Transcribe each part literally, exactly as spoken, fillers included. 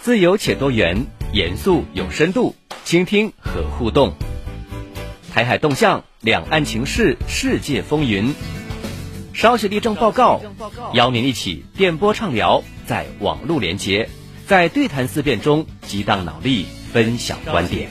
自由且多元，严肃有深度，倾听和互动。台海动向，两岸情势，世界风云。稍息地政报告，邀您一起电波畅聊，在网络连接，在对谈思辨中激荡脑力，分享观点。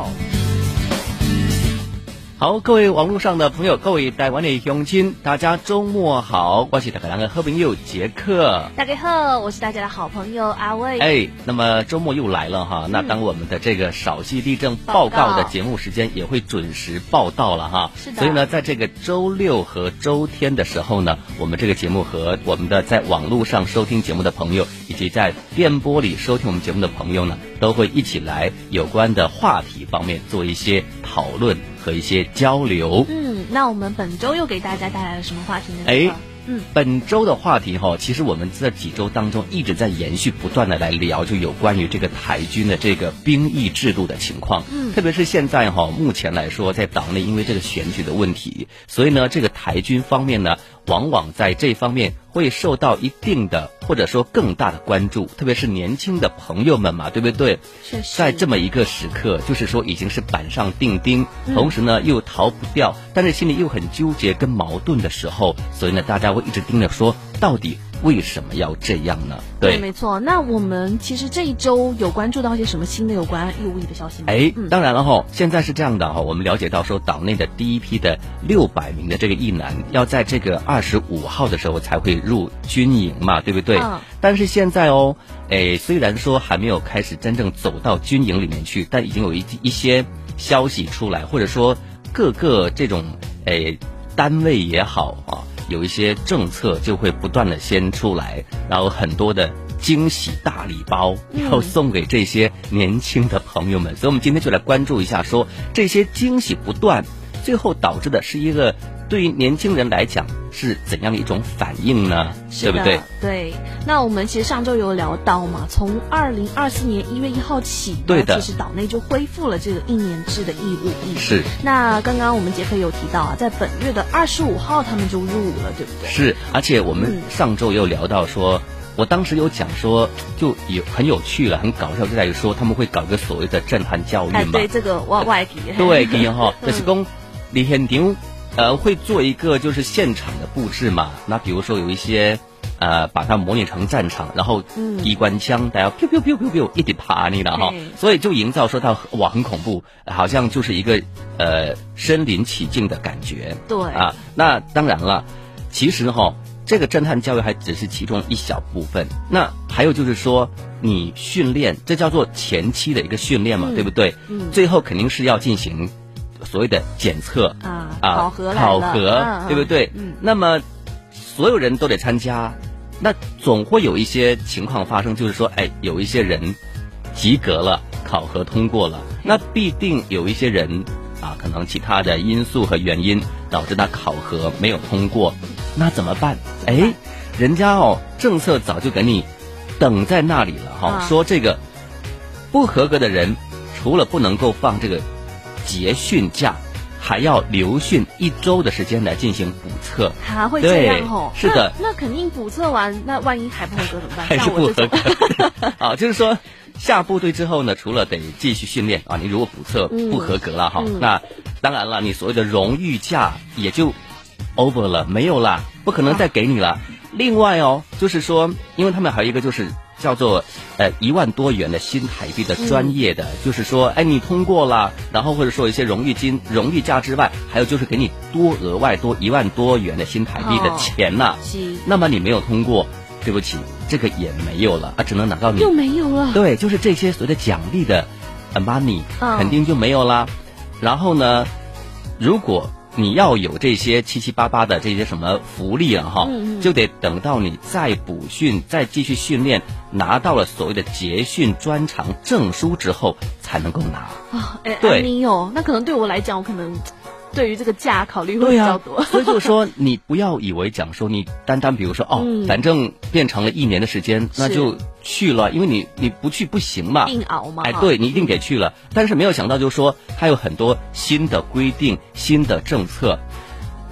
好，各位网络上的朋友，各位台湾的乡亲，大家周末好，我是大家的好朋友杰克。 大家好，我是大家的好朋友阿威。 哎，那么周末又来了哈，嗯、那当我们的这个少息地震报告的节目时间也会准时报到了哈。 是的。 所以呢，在这个周六和周天的时候呢，我们这个节目和我们的在网络上收听节目的朋友，以及在电波里收听我们节目的朋友呢，都会一起来有关的话题方面做一些讨论和一些交流。 嗯，那我们本周又给大家带来了什么话题呢？ 哎， 嗯， 本周的话题哈，其实我们这几周当中一直在延续不断的来聊，就有关于这个台军的这个兵役制度的情况。嗯，特别是现在哈，目前来说，在党内因为这个选举的问题，所以呢，这个台军方面呢，往往在这方面会受到一定的或者说更大的关注，特别是年轻的朋友们嘛，对不对？ 确实， 在这么一个时刻，就是说已经是板上钉钉，同时呢又逃不掉，但是心里又很纠结跟矛盾的时候，所以呢大家会一直盯着说，到底为什么要这样呢？对， 对没错。那我们其实这一周有关注到一些什么新的有关义务役的消息吗？ 哎、嗯，当然了哈，现在是这样的哈，我们了解到说，党内的第一批的六百名的这个役男，要在这个二十五号的时候才会入军营嘛，对不对？嗯。但是现在哦，哎，虽然说还没有开始真正走到军营里面去，但已经有一一些消息出来，或者说各个这种哎单位也好啊，有一些政策就会不断的先出来，然后很多的惊喜大礼包要送给这些年轻的朋友们、嗯、所以我们今天就来关注一下，说这些惊喜不断，最后导致的是一个对于年轻人来讲是怎样的一种反应呢？对不对？ 对。那我们其实上周有聊到嘛，从二零二四年一月一号起， 对的， 其实岛内就恢复了这个一年制的义务役。 是。 那刚刚我们杰克有提到啊，在本月的二十五号他们就入伍了，对不对？ 是。而且我们上周也有聊到说。嗯，我当时有讲说，就有很有趣了，很搞笑，就在于说他们会搞一个所谓的震撼教育嘛。 哎，对，这个外外地。 对，给哈，就是讲你现场呃会做一个就是现场的布置嘛。那比如说有一些呃把它模拟成战场，然后机关枪大家 biu biu biu biu biu 一直爬你了哈，所以就营造说到哇很恐怖，好像就是一个呃身临其境的感觉。 对啊，那当然了，其实哈。这个震撼教育还只是其中一小部分，那还有就是说你训练，这叫做前期的一个训练嘛、嗯、对不对、嗯、最后肯定是要进行所谓的检测啊啊考核考核、啊、对不对、嗯、那么所有人都得参加，那总会有一些情况发生，就是说哎有一些人及格了，考核通过了，那必定有一些人啊可能其他的因素和原因导致他考核没有通过，那怎么办？哎，人家哦，政策早就给你等在那里了哈、哦啊。说这个不合格的人，除了不能够放这个结训假，还要留训一周的时间来进行补测。 还会这样哦？ 是的那，那肯定补测完，那万一还不合格怎么办？ 还是不合格啊？就是说下部队之后呢，除了得继续训练啊，你如果补测不合格了哈、嗯嗯，那当然了，你所谓的荣誉假也就 over 了，没有啦。不可能再给你了、啊。另外哦，就是说，因为他们还有一个就是叫做呃一万多元的新台币的专业的、嗯，就是说，哎，你通过了，然后或者说一些荣誉金、荣誉价之外，还有就是给你多额外多一万多元的新台币的钱呐、啊哦。那么你没有通过，对不起，这个也没有了啊，只能拿到你又没有了。 对，就是这些所谓的奖励的 money、哦、肯定就没有啦。然后呢，如果你要有这些七七八八的这些什么福利啊哈、嗯嗯，就得等到你再补训、再继续训练，拿到了所谓的结训专长证书之后，才能够拿。 啊，哎，对，你有，那可能对我来讲，我可能对于这个价考虑会比较多。 啊、所以就是说，你不要以为讲说你单单比如说哦、嗯，反正变成了一年的时间，那就去了，因为你你不去不行嘛， 硬熬嘛。 哎，对，你一定得去了。但是没有想到，就是说它有很多新的规定、新的政策。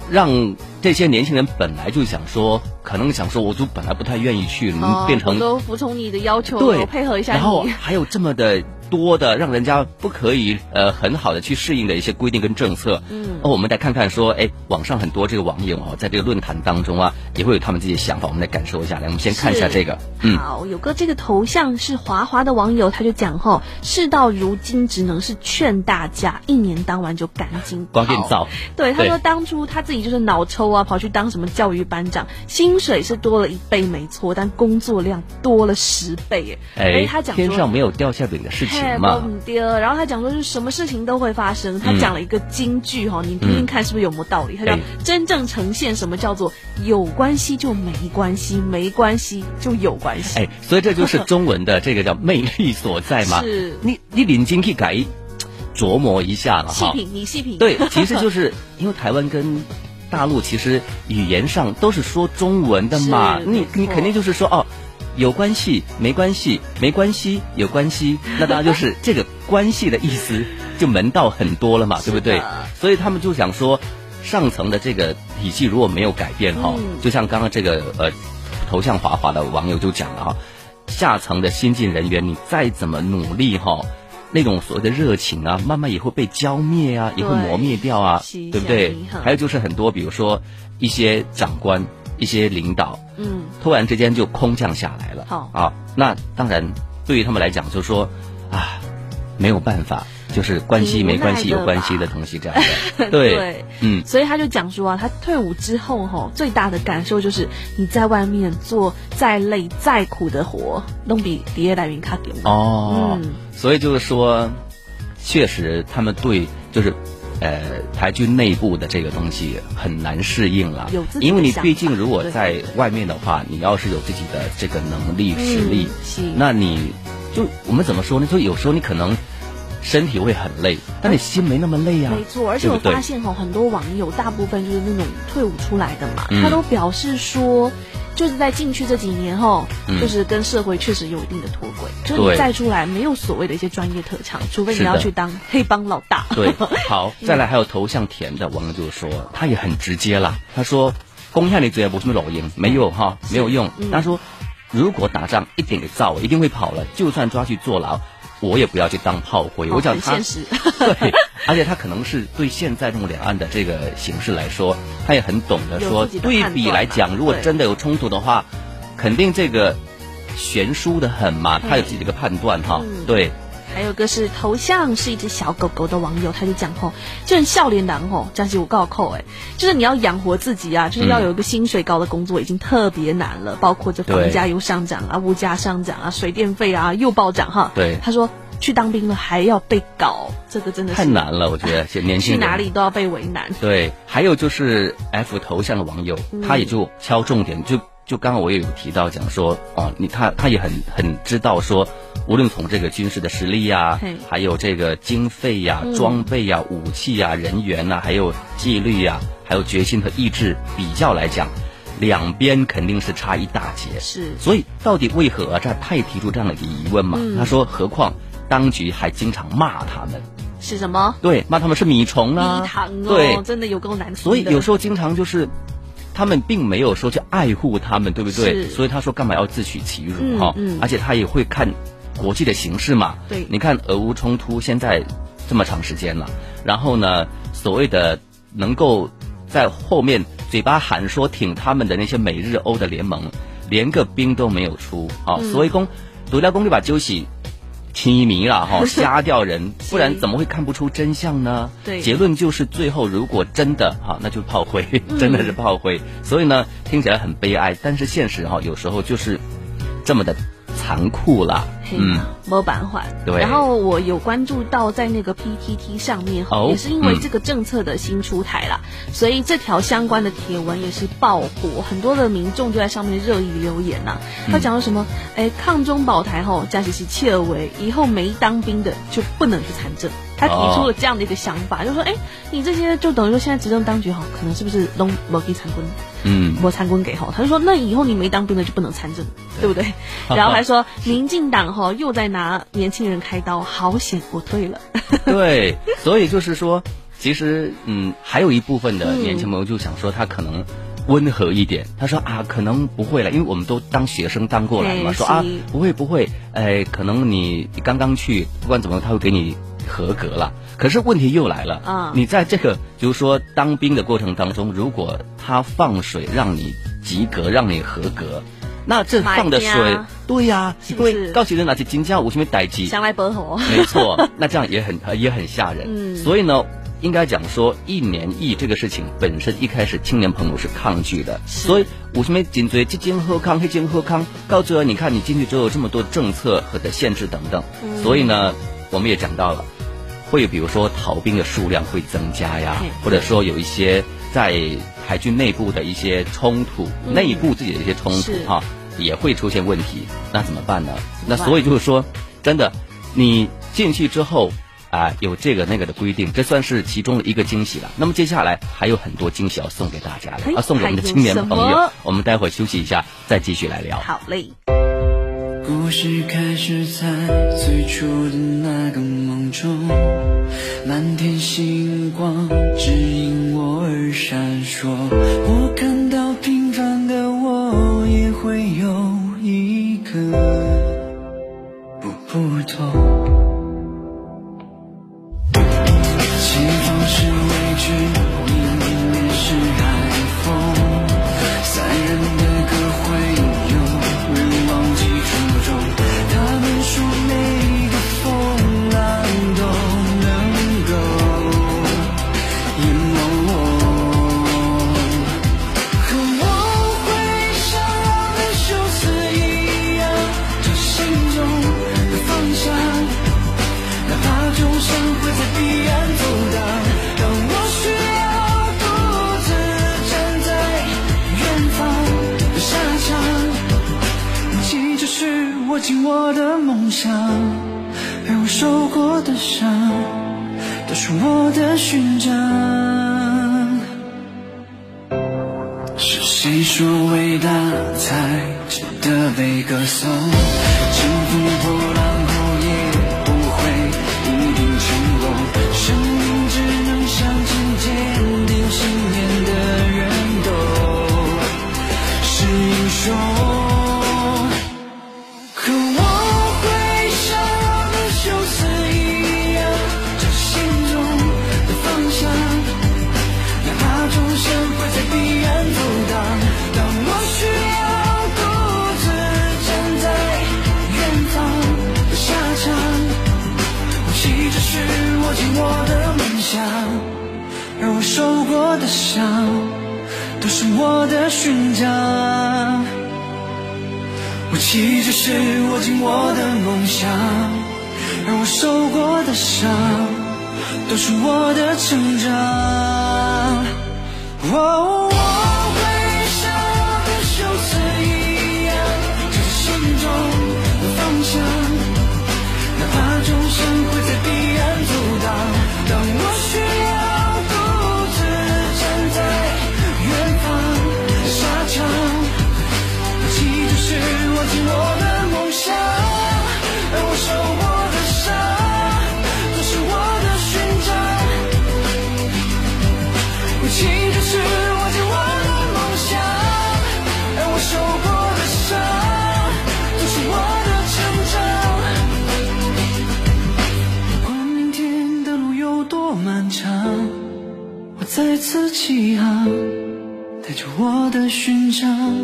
让这些年轻人本来就想说，可能想说，我就本来不太愿意去， 哦、 变成我都服从你的要求， 对， 我配合一下你。 然后还有这么的多的让人家不可以呃很好的去适应的一些规定跟政策。嗯，哦，我们来看看说，哎，网上很多这个网友哦，在这个论坛当中啊，也会有他们自己的想法，我们来感受一下。来，我们先看一下这个。 嗯，好，有个这个头像是华华的网友，他就讲吼，事到如今只能是劝大家一年当完就赶紧光变造。 对，他说当初他自己就是脑抽啊，跑去当什么教育班长，薪水是多了一倍没错，但工作量多了十倍。 哎， 他讲说天上没有掉下饼的事情嘛。 然后他讲说是什么事情都会发生，他讲了一个金句哈、嗯，你听听看是不是有没有道理？他讲真正呈现什么叫做有关系就没关系，没关系就有关系。 哎，所以这就是中文的这个叫魅力所在嘛。 是， 你你领经去改琢磨一下了哈。 细品，你细品。 对，其实就是因为台湾跟大陆其实语言上都是说中文的嘛，你你肯定就是说哦。有关系没关系没关系有关系，那当然就是这个关系的意思就门道很多了嘛，对不对？所以他们就想说，上层的这个体系如果没有改变哈、嗯，就像刚刚这个呃头像华华的网友就讲了哈，下层的新进人员你再怎么努力哈，那种所谓的热情啊，慢慢也会被浇灭啊，也会磨灭掉啊，对不对？还有就是很多比如说一些长官。一些领导，嗯，突然之间就空降下来了，好啊，那当然对于他们来讲，就是说啊，没有办法，就是关系没关系有关系的东西这样的，对， 对，嗯，所以他就讲说啊，他退伍之后哈，最大的感受就是你在外面做再累再苦的活，都比底下来云卡给哦，嗯，所以就是说，确实他们对就是。呃，台军内部的这个东西很难适应了，因为你毕竟如果在外面的话，你要是有自己的这个能力、实力，嗯、那你就我们怎么说呢？就有时候你可能身体会很累，但你心没那么累啊。 没错，而且我发现哈，很多网友大部分就是那种退伍出来的嘛，嗯、他都表示说。就是在进去这几年后、嗯，就是跟社会确实有一定的脱轨。就是你再出来，没有所谓的一些专业特长，除非你要去当黑帮老大。 对，好，再来还有头像田的网友就说，他也很直接啦。他说，攻下你只要不是老赢，没有哈，没有用。嗯、他说，如果打仗一点给造，我一定会跑了，就算抓去坐牢。我也不要去当炮灰， 哦、 我讲他， 现实对，而且他可能是对现在这种两岸的这个形势来说，他也很懂得说，对比来讲，如果真的有冲突的话，肯定这个悬殊的很嘛，他有自己的一个判断哈、嗯，对。 还有个是头像是一只小狗狗的网友，他就讲吼，就是笑脸男吼，但是我告扣哎，就是你要养活自己啊，就是要有一个薪水高的工作已经特别难了，嗯、包括这房价又上涨啊，物价上涨啊，水电费啊又暴涨哈。 对， 他说去当兵了还要被搞，这个真的是太难了，我觉得年轻人去哪里都要被为难。 对，还有就是 F 头像的网友，嗯、他也就敲重点就。就刚刚我也有提到讲说哦，你他他也很很知道说，无论从这个军事的实力呀、啊，还有这个经费呀、啊、嗯、装备呀、啊、武器呀、啊、人员呐、啊，还有纪律呀、啊，还有决心和意志比较来讲，两边肯定是差一大截。 是， 所以到底为何这他也提出这样的一个疑问嘛？嗯、他说，何况当局还经常骂他们。 是什么？ 对，骂他们是米虫啊， 米糖哦， 对， 真的有够难听的。 所以有时候经常就是。他们并没有说去爱护他们，对不对？所以他说干嘛要自取其辱哈、嗯嗯？而且他也会看国际的形势嘛。 对， 你看俄乌冲突现在这么长时间了，然后呢，所谓的能够在后面嘴巴喊说挺他们的那些美日欧的联盟，连个兵都没有出啊、嗯！所以公独家公力把揪起。痴迷了哈，瞎掉人，不然怎么会看不出真相呢？ 对， 结论就是最后如果真的哈，那就炮灰，真的是炮灰。嗯、所以呢，听起来很悲哀，但是现实哈，有时候就是这么的残酷啦。 嗯，没办法。 对。 然后我有关注到在那个 P T T 上面哈、哦，也是因为这个政策的新出台啦、嗯，所以这条相关的帖文也是爆火，很多的民众就在上面热议留言呐、啊。他讲了什么？哎，抗中保台吼，加西西切尔维以后没当兵的就不能去参政。他提出了这样的一个想法，哦、就说，哎，你这些就等于说现在执政当局哈，可能是不是都没给参quân，嗯，没参quân给哈？他就说，那以后你没当兵的就不能参政，对不对？然后还说，民进党哈又在拿年轻人开刀，好险我退了。 对，所以就是说， 其实嗯，还有一部分的年轻朋友就想说，他可能温和一点，他说啊，可能不会了，因为我们都当学生当过来嘛，说啊，不会不会，哎，可能你刚刚去，不管怎么，他会给你合格了。可是问题又来了啊！你在这个就是说当兵的过程当中，如果他放水让你及格，让你合格，那这放的水，对呀、啊，因为告诉人那些金价有什么代际， 想来薄荷， 没错，那这样也很也很吓人。嗯，所以呢，应该讲说一年役这个事情本身一开始青年朋友是抗拒的，所以为什么紧追这间喝康，那间喝康，到最后你看你进去之后有这么多政策和的限制等等，嗯、所以呢，我们也讲到了。会比如说逃兵的数量会增加呀，或者说有一些在海军内部的一些冲突，嗯、内部自己的一些冲突哈、啊，也会出现问题。那怎么办呢？那所以就是说，真的，你进去之后啊，有这个那个的规定，这算是其中的一个惊喜了。那么接下来还有很多惊喜要送给大家的，啊，送给我们的青年朋友。我们待会儿休息一下，再继续来聊。 好嘞。 故事开始在最初的那个梦中，满天星光指引我而闪烁，我看到平凡的我也会有一个不不同，前方是未知，迎面是海风，三人的歌会有人忘记初衷，他们说每个风浪都能够淹没我，和我会像我的休斯一样，找心中的方向，哪怕众生会在彼岸阻挡，当我需要独自站在远方的沙场，记着是我尽我的梦想，而我受过的伤都是我的勋章。是谁说伟大才值得被歌颂，乘风破浪后也不会一定成功，生命只能向前坚定信念的人都是英雄，可我会像我的休斯一样，找心中的方向，哪怕众生会在彼岸阻挡，当我需要独自站在远方的沙场，我记着是我尽我的梦想，而我受过的伤都是我的勋章。我记着是我尽我的梦想，而我受过的伤都是我的成长。哦，我会像我的休斯一样，找着心中的方向，哪怕众生会在彼岸阻挡，当我需要独自站在远方的沙场，我记着是我尽我的梦想，而我受过的伤都是我的勋章。我记着是我尽我的梦想，而我受过的伤都是我的成长。不管明天的路有多漫长，我再次起航，带着我的勋章。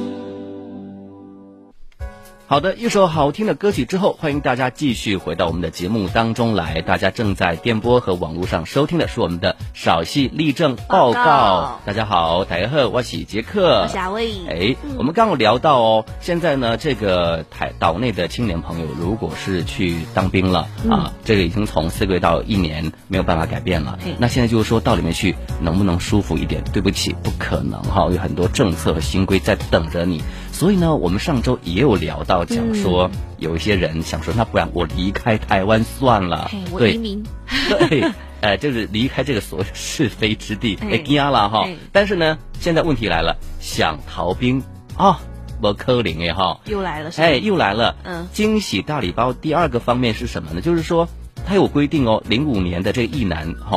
好的，一首好听的歌曲之后，欢迎大家继续回到我们的节目当中来。大家正在电波和网络上收听的是我们的少戏立正报告。报告大家好，大家好，我是杰克， 我是阿威。 哎、嗯，我们刚刚聊到哦，现在呢，这个台岛内的青年朋友，如果是去当兵了、嗯、啊，这个已经从四个月到一年没有办法改变了。那现在就是说到里面去，能不能舒服一点？对不起，不可能哈，有很多政策和新规在等着你。所以呢，我们上周也有聊到，讲说、嗯、有一些人想说，那不然我离开台湾算了， 我移民， 对，呃，就是离开这个所谓是非之地，哎，惊了哈。但是呢，现在问题来了，想逃兵啊，不可能哎哈， 又来了， 哎，又来了。嗯，惊喜大礼包第二个方面是什么呢？就是说，它有规定哦，零五年的这个役男哈。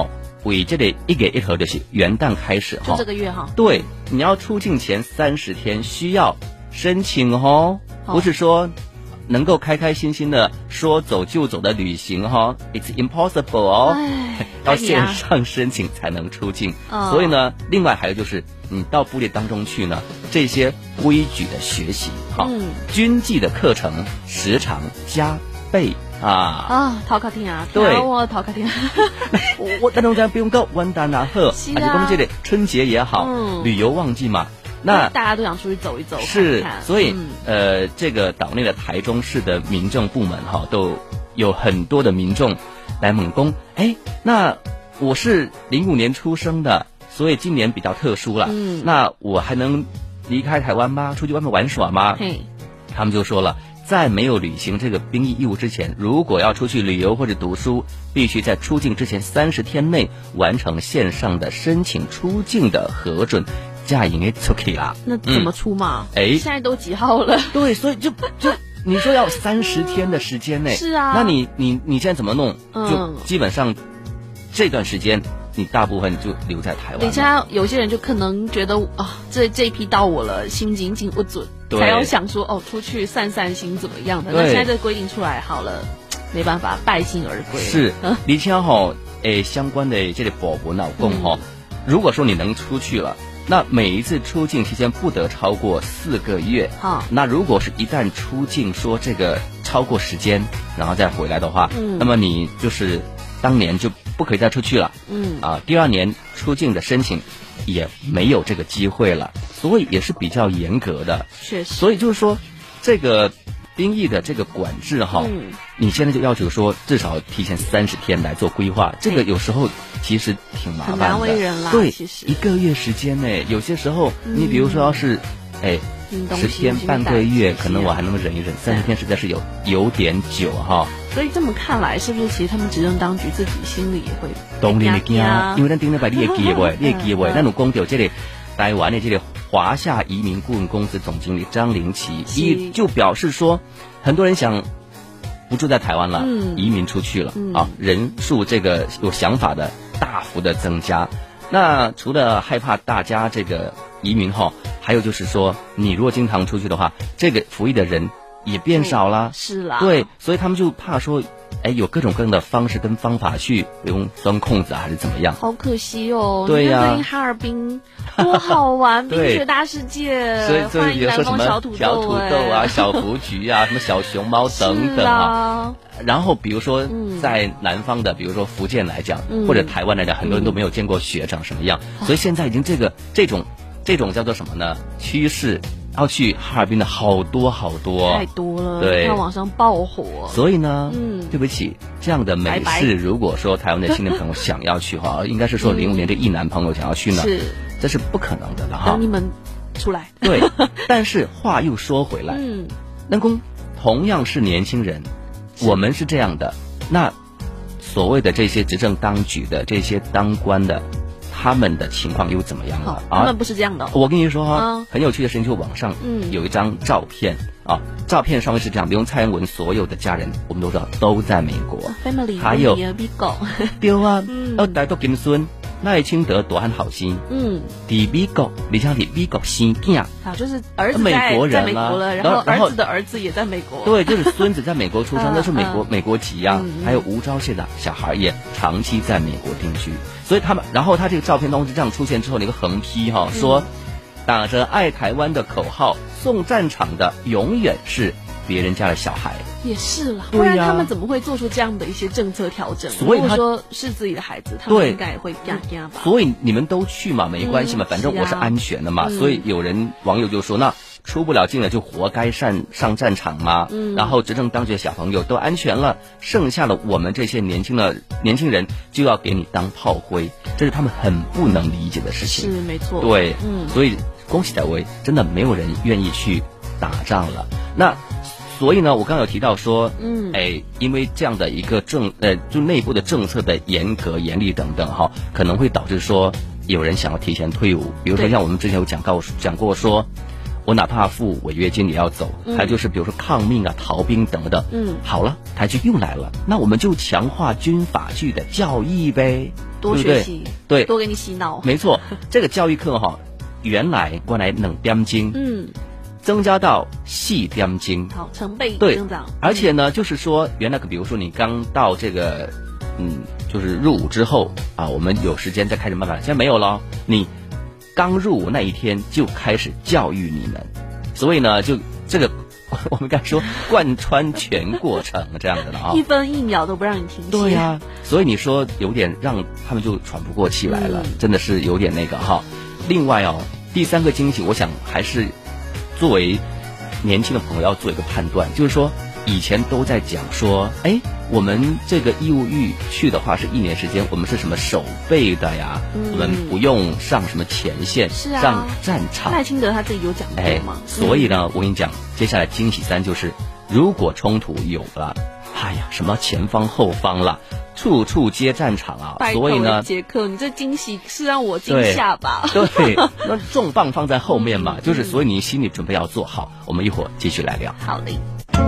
为这里一月一号就是元旦开始哈， 就这个月哈。 对，你要出境前三十天需要申请哦，不是说能够开开心心的说走就走的旅行哈 ，It's impossible 哦，要线上申请才能出境。哦、所以呢，另外还有就是你到部队当中去呢，这些规矩的学习哈，嗯、军纪的课程时长加倍。啊啊，逃考听啊， 对， 我逃考听。 我我那种在不用够完蛋啊，呵，而且我们这里春节也好，嗯、旅游旺季嘛，那大家都想出去走一走， 是， 看看所以、嗯、呃，这个岛内的台中市的民政部门哈，都有很多的民众来猛攻。哎，那我是零五年出生的，所以今年比较特殊了。嗯，那我还能离开台湾吗？出去外面玩耍吗？ 嘿， 他们就说了。在没有履行这个兵役义务之前，如果要出去旅游或者读书，必须在出境之前三十天内完成线上的申请出境的核准，驾营也出去啦。 那怎么出嘛？ 哎、嗯， 现在都几号了？ 对，所以就就你说要三十天的时间内， 是啊， 那你你你现在怎么弄？ 嗯、 就基本上这段时间。你大部分就留在台湾。 等一下，有些人就可能觉得啊，这这一批到我了，心紧紧不准，才要想说哦，出去散散心怎么样的？那现在这规定出来好了，没办法，败兴而归。 是，而且哈，诶，相关的这里保护老公哈，如果说你能出去了，那每一次出境期间不得超过四个月。 好， 那如果是一旦出境说这个超过时间，然后再回来的话，嗯，那么你就是当年就。不可以再出去了，嗯啊，第二年出境的申请也没有这个机会了，所以也是比较严格的。 确实， 所以就是说，这个兵役的这个管制哈，嗯、你现在就要求说至少提前三十天来做规划，这个有时候其实挺麻烦的， 很难为人啦。 对， 其实一个月时间呢，有些时候、嗯、你比如说要是，哎。十天半个月，可能我还能忍一忍，三十天实在是有有点久哈。 所以这么看来，是不是其实他们执政当局自己心里也会当然会惊，因为咱顶礼拜你会记袂，你会记袂，咱有讲到这个台湾的这个华夏移民顾问公司总经理张灵奇，一就表示说，很多人想不住在台湾了，嗯、移民出去了、嗯、啊，人数这个有想法的大幅的增加。那除了害怕大家这个移民哈，还有就是说，你如果经常出去的话，这个服役的人也变少了。 是啦。 对，所以他们就怕说，哎，有各种各样的方式跟方法去用钻空子还是怎么样。 好可惜哦。 对呀、啊。 最近哈尔滨多好玩，冰雪大世界。 所以所以比如说什么小土豆、 小土豆啊、小福菊啊、什么小熊猫等等啊。然后比如说在南方的，比如说福建来讲，嗯、或者台湾来讲，很多人都没有见过雪长什么样，嗯、所以现在已经这个这种这种叫做什么呢？趋势要去哈尔滨的好多好多， 太多了， 对， 看网上爆火。 所以呢，嗯，对不起，这样的美事，如果说台湾的新的朋友想要去哈，应该是说零五年这一男朋友想要去呢， 是， 这是不可能的了哈。 等你们出来。 对，但是话又说回来，嗯，南宫同样是年轻人。我们是这样的，那所谓的这些执政当局的这些当官的，他们的情况又怎么样了？ 他们不是这样的。 我跟你说哈、啊，很有趣的事情，就网上有一张照片、嗯、啊，照片上面是这样，比如蔡英文所有的家人，我们都知道都在美国 ，family 还有对啊，要带到金孙。赖清德多很好心，嗯，在美国，你像在美国生囝， 啊，就是儿子在美国人在美国了，然后儿子的儿子也在美国， 对，就是孙子在美国出生，那是美国美国籍啊，还有吴钊燮的小孩也长期在美国定居，所以他们，然后他这个照片当中这样出现之后，那个横批哈、嗯、说，打着爱台湾的口号送战场的永远是别人家的小孩。 也是啦，不然他们怎么会做出这样的一些政策调整？ 所以如果说是自己的孩子，他们应该也会压压吧。 所以你们都去嘛，没关系嘛，嗯、反正我是安全的嘛。嗯、所以有人网友就说，那出不了境了就活该上上战场嘛。嗯、然后执政当局的小朋友都安全了，剩下的我们这些年轻的年轻人就要给你当炮灰，这是他们很不能理解的事情。 是没错。 对，嗯，所以恭喜各位，真的没有人愿意去打仗了。那。所以呢，我刚刚有提到说，嗯，哎，因为这样的一个政，呃，就内部的政策的严格、严厉等等哈，可能会导致说有人想要提前退伍，比如说像我们之前有讲到讲过说，我哪怕付违约金也要走，嗯、还有就是比如说抗命啊、逃兵等等，嗯，好了，台剧又来了，那我们就强化军法剧的教义呗。 多学习， 对， 多给你洗脑。 没错，这个教育课哈，原来过来冷点睛， 嗯， 增加到细点睛， 好，成倍增长。 而且呢，就是说原来比如说你刚到这个，嗯，就是入伍之后啊，我们有时间再开始慢慢，现在没有了，你刚入伍那一天就开始教育你们，所以呢，就这个。我们刚才说贯穿全过程这样的了啊， 一分一秒都不让你停歇。 对呀、啊，所以你说有点让他们就喘不过气来了，嗯、真的是有点那个哈。另外哦，第三个惊喜，我想还是作为年轻的朋友要做一个判断，就是说以前都在讲说，哎，我们这个义务役去的话是一年时间，我们是什么守备的呀？嗯、我们不用上什么前线， 是啊、 上战场。 赖清德他自己有讲过吗？ 哎，所以呢，我跟你讲，接下来惊喜三就是，如果冲突有了，哎呀，什么前方后方了，处处皆战场啊！所以呢， 杰克，你这惊喜是让我惊吓吧？ 对，对那重磅放在后面嘛，嗯、就是所以你心理准备要做好。我们一会儿继续来聊。 好嘞。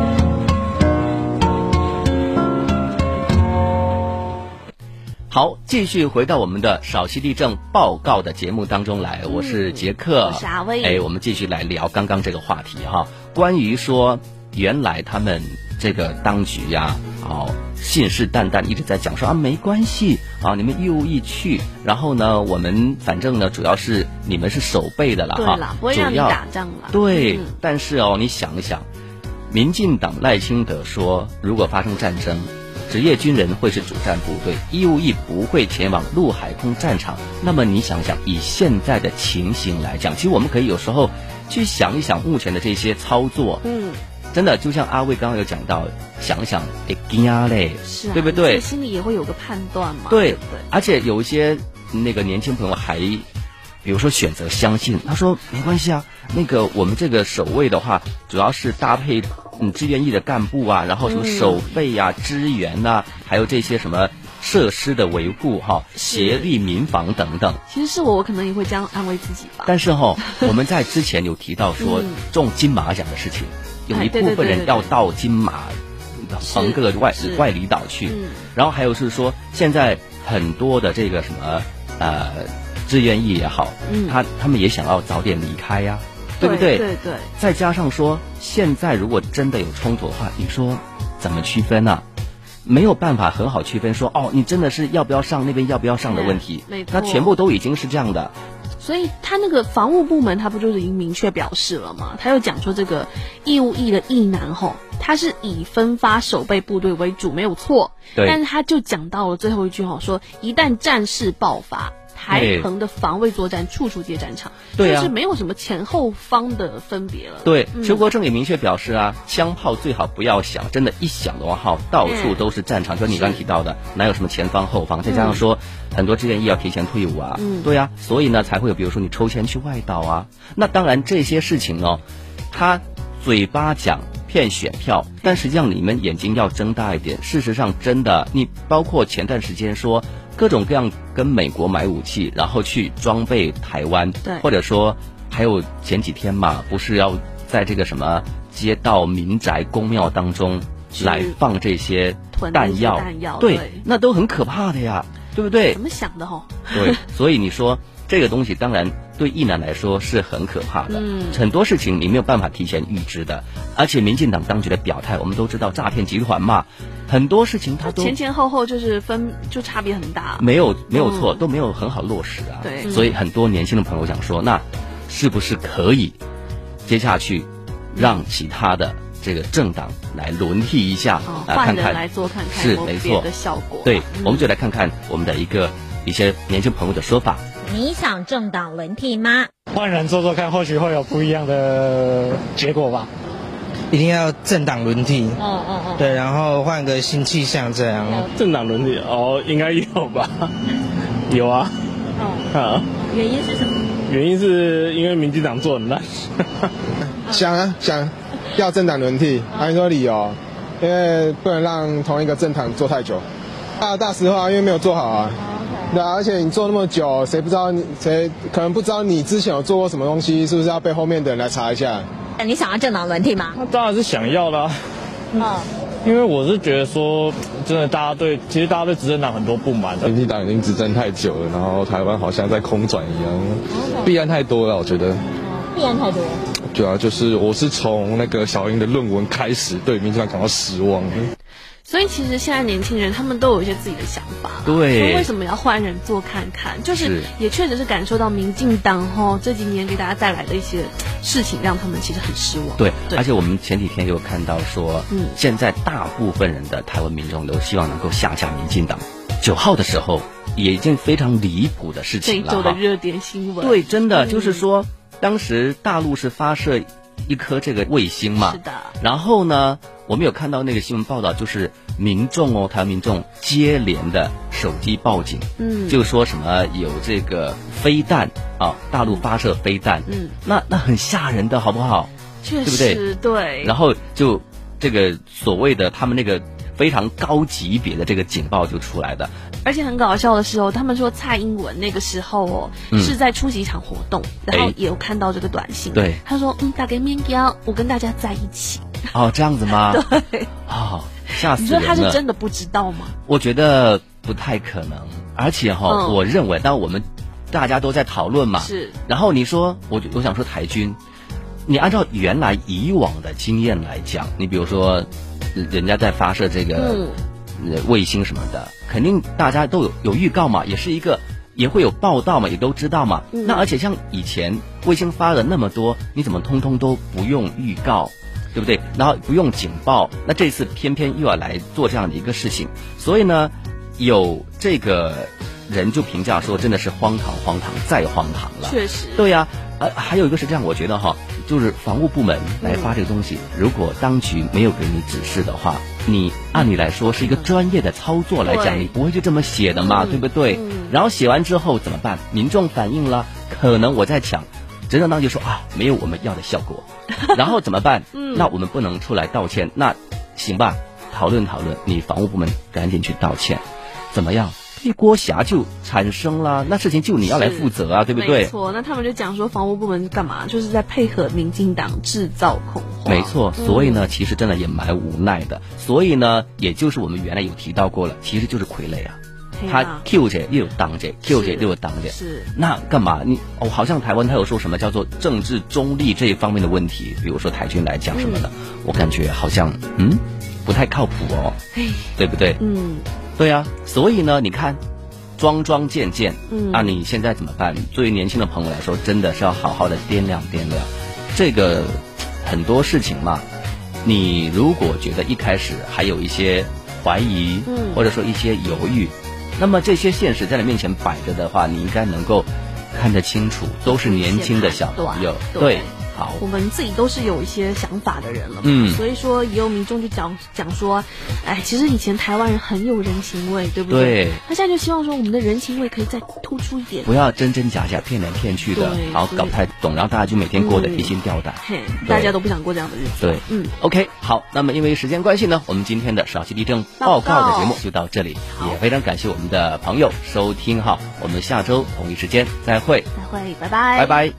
好，继续回到我们的少息地震报告的节目当中来，我是杰克， 我是阿威。 哎，我们继续来聊刚刚这个话题哈，关于说原来他们这个当局呀、啊，哦，信誓旦旦一直在讲说啊，没关系啊，你们义务役去，然后呢，我们反正呢，主要是你们是守备的了哈， 对啦，不会让你打仗了。 对， 嗯、 但是哦，你想一想，民进党赖清德说，如果发生战争。职业军人会是主战部队，义务役不会前往陆海空战场。那么你想想，以现在的情形来讲，其实我们可以有时候去想一想目前的这些操作，嗯，真的就像阿卫刚刚有讲到，想想哎惊嘞， 是啊， 对不对？ 心里也会有个判断嘛。 对， 对不对？ 而且有一些那个年轻朋友还，比如说选择相信，他说没关系啊，那个我们这个守卫的话，主要是搭配。嗯，志愿役的干部啊，然后什么守备呀、啊、嗯、支援呐、啊，还有这些什么设施的维护哈、协力民防等等。 其实是我，我可能也会这样安慰自己吧。 但是哈，我们在之前有提到说中金马奖的事情，嗯、有一部分人要到金马横各个外外离岛去，嗯、然后还有是说现在很多的这个什么呃志愿役也好，嗯，他他们也想要早点离开呀、啊。对不对？ 对 对, 对。 再加上说，现在如果真的有冲突的话，你说怎么区分呢、啊？没有办法很好区分说，哦，你真的是要不要上那边要不要上的问题。 没错。 那全部都已经是这样的。 所以他那个防务部门，他不就是已经明确表示了吗？他又讲说，这个义务役的役男吼，他是以分发守备部队为主，没有错。 对。 但是他就讲到了最后一句吼，说一旦战事爆发。台横的防卫作战，处处皆战场， 对啊， 就是没有什么前后方的分别了。 对，邱国正也明确表示啊，枪炮最好不要响，真的，一响的话，哈，到处都是战场。就你刚提到的，哪有什么前方后方？再加上说，很多志愿役要提前退伍啊，嗯，对啊，所以呢，才会有比如说你抽签去外岛啊。那当然这些事情呢，他嘴巴讲骗选票，但实际上你们眼睛要睁大一点。事实上，真的，你包括前段时间说。各种各样跟美国买武器，然后去装备台湾， 对， 或者说还有前几天嘛，不是要在这个什么街道、民宅、公庙当中来放这些弹药， 弹药对， 对， 那都很可怕的呀，对不对？ 怎么想的吼？ 对，所以你说这个东西当然对役男来说是很可怕的，嗯，很多事情你没有办法提前预知的，而且民进党当局的表态，我们都知道诈骗集团嘛。很多事情它都前前后后就是分就差别很大， 没有没有错、嗯，都没有很好落实啊。 对， 所以很多年轻的朋友想说，那是不是可以接下去让其他的这个政党来轮替一下， 哦、 来看看来做看看是没错的效果。 对、 嗯， 我们就来看看我们的一个一些年轻朋友的说法。 你想政党轮替吗？ 换人做做看，或许会有不一样的结果吧。 一定要政党轮替， 嗯嗯嗯， 对，然后换个新气象这样。 政党轮替哦，应该有吧？有啊。 哦。啊。原因是什么？ 原因是因为民进党做很烂。 想啊想，要政党轮替，还说理由，因为不能让同一个政党做太久。大大实话，因为没有做好啊。对啊，而且你做那么久，谁不知道你谁可能不知道你之前有做过什么东西，是不是要被后面的人来查一下？ 你想要政党轮替吗？ 那当然是想要的、啊。 嗯， 因为我是觉得说， 真的大家对，其实大家对执政党很多不满。 民进党已经执政太久了，然后台湾好像在空转一样，弊案太多了，我觉得。 弊案太多。 对啊，就是我是从那个小英的论文开始对民进党感到失望。 所以其实现在年轻人他们都有一些自己的想法， 对， 说为什么要换人做看看，就是也确实是感受到民进党吼这几年给大家带来的一些事情，让他们其实很失望。 对，对而且我们前几天有看到说， 嗯， 现在大部分人的台湾民众都希望能够下架民进党。九号的时候，也一件非常离谱的事情了， 这一周的热点新闻。 对，真的、嗯、就是说，当时大陆是发射一颗这个卫星嘛， 是的。 然后呢，我们有看到那个新闻报道，就是民众哦，台湾民众接连的手机报警， 嗯， 就说什么有这个飞弹啊，大陆发射飞弹， 嗯， 那那很吓人的好不好？ 确实， 对不对？ 对。 然后就这个所谓的他们那个非常高级别的这个警报就出来的。 而且很搞笑的是哦，他们说蔡英文那个时候哦、嗯、是在出席一场活动，然后也有看到这个短信， 对， 他说嗯，打给面标，我跟大家在一起。 哦，这样子吗？ 对， 哦，吓死人了。 你说他是真的不知道吗？ 我觉得不太可能，而且哈、哦嗯，我认为，当我们大家都在讨论嘛， 是， 然后你说，我我想说台军，你按照原来以往的经验来讲，你比如说，人家在发射这个。嗯卫星什么的，肯定大家都有有预告嘛，也是一个也会有报道嘛，也都知道嘛。嗯、那而且像以前卫星发了那么多，你怎么通通都不用预告，对不对？然后不用警报，那这次偏偏又要来做这样的一个事情，所以呢，有这个人就评价说，真的是荒唐、荒唐再荒唐了。 确实， 对呀、啊，呃，还有一个是这样，我觉得哈，就是防务部门来发这个东西，嗯、如果当局没有给你指示的话。你按理来说是一个专业的操作来讲，你不会就这么写的嘛， 嗯、 对不对、嗯？然后写完之后怎么办？民众反映了，可能我在抢，执政党就说啊，没有我们要的效果，然后怎么办？嗯、那我们不能出来道歉，那行吧，讨论讨论，你防务部门赶紧去道歉，怎么样？一锅侠就产生了，那事情就你要来负责啊，对不对？ 没错，那他们就讲说防务部门干嘛？就是在配合民进党制造恐慌。 没错，所以呢、嗯，其实真的也蛮无奈的。所以呢，也就是我们原来有提到过了，其实就是傀儡啊。他 Q 着又当着 ，Q 着又当着， 是那干嘛？你哦，好像台湾他有说什么叫做政治中立这一方面的问题，比如说台军来讲什么的，嗯、我感觉好像嗯不太靠谱哦，对不对？ 嗯。 对啊，所以呢，你看，桩桩件件， 嗯， 啊，你现在怎么办？作为年轻的朋友来说，真的是要好好的掂量掂量。这个很多事情嘛，你如果觉得一开始还有一些怀疑， 嗯， 或者说一些犹豫，那么这些现实在你面前摆着的话，你应该能够看得清楚，都是年轻的小朋友， 对。 对好， 我们自己都是有一些想法的人了嘛， 嗯， 所以说也有民众就讲讲说，哎，其实以前台湾人很有人情味，对不对？ 对。 他现在就希望说我们的人情味可以再突出一点， 不要真真假假、骗来骗去的，然后搞不太懂，然后大家就每天过得提心吊胆， 嘿，大家都不想过这样的日子。 对， 嗯 ，OK， 好，那么因为时间关系呢，我们今天的少期地震报告的节目就到这里，也非常感谢我们的朋友收听哈，我们下周同一时间再会， 再会，拜拜， 拜拜。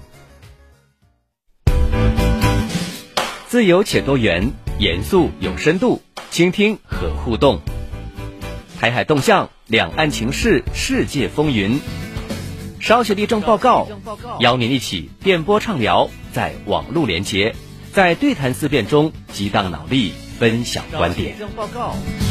自由且多元，严肃有深度，倾听和互动。台海动向，两岸情势，世界风云。少学地政报告，邀您一起电波畅聊，在网络连接，在对谈思辨中激荡脑力，分享观点。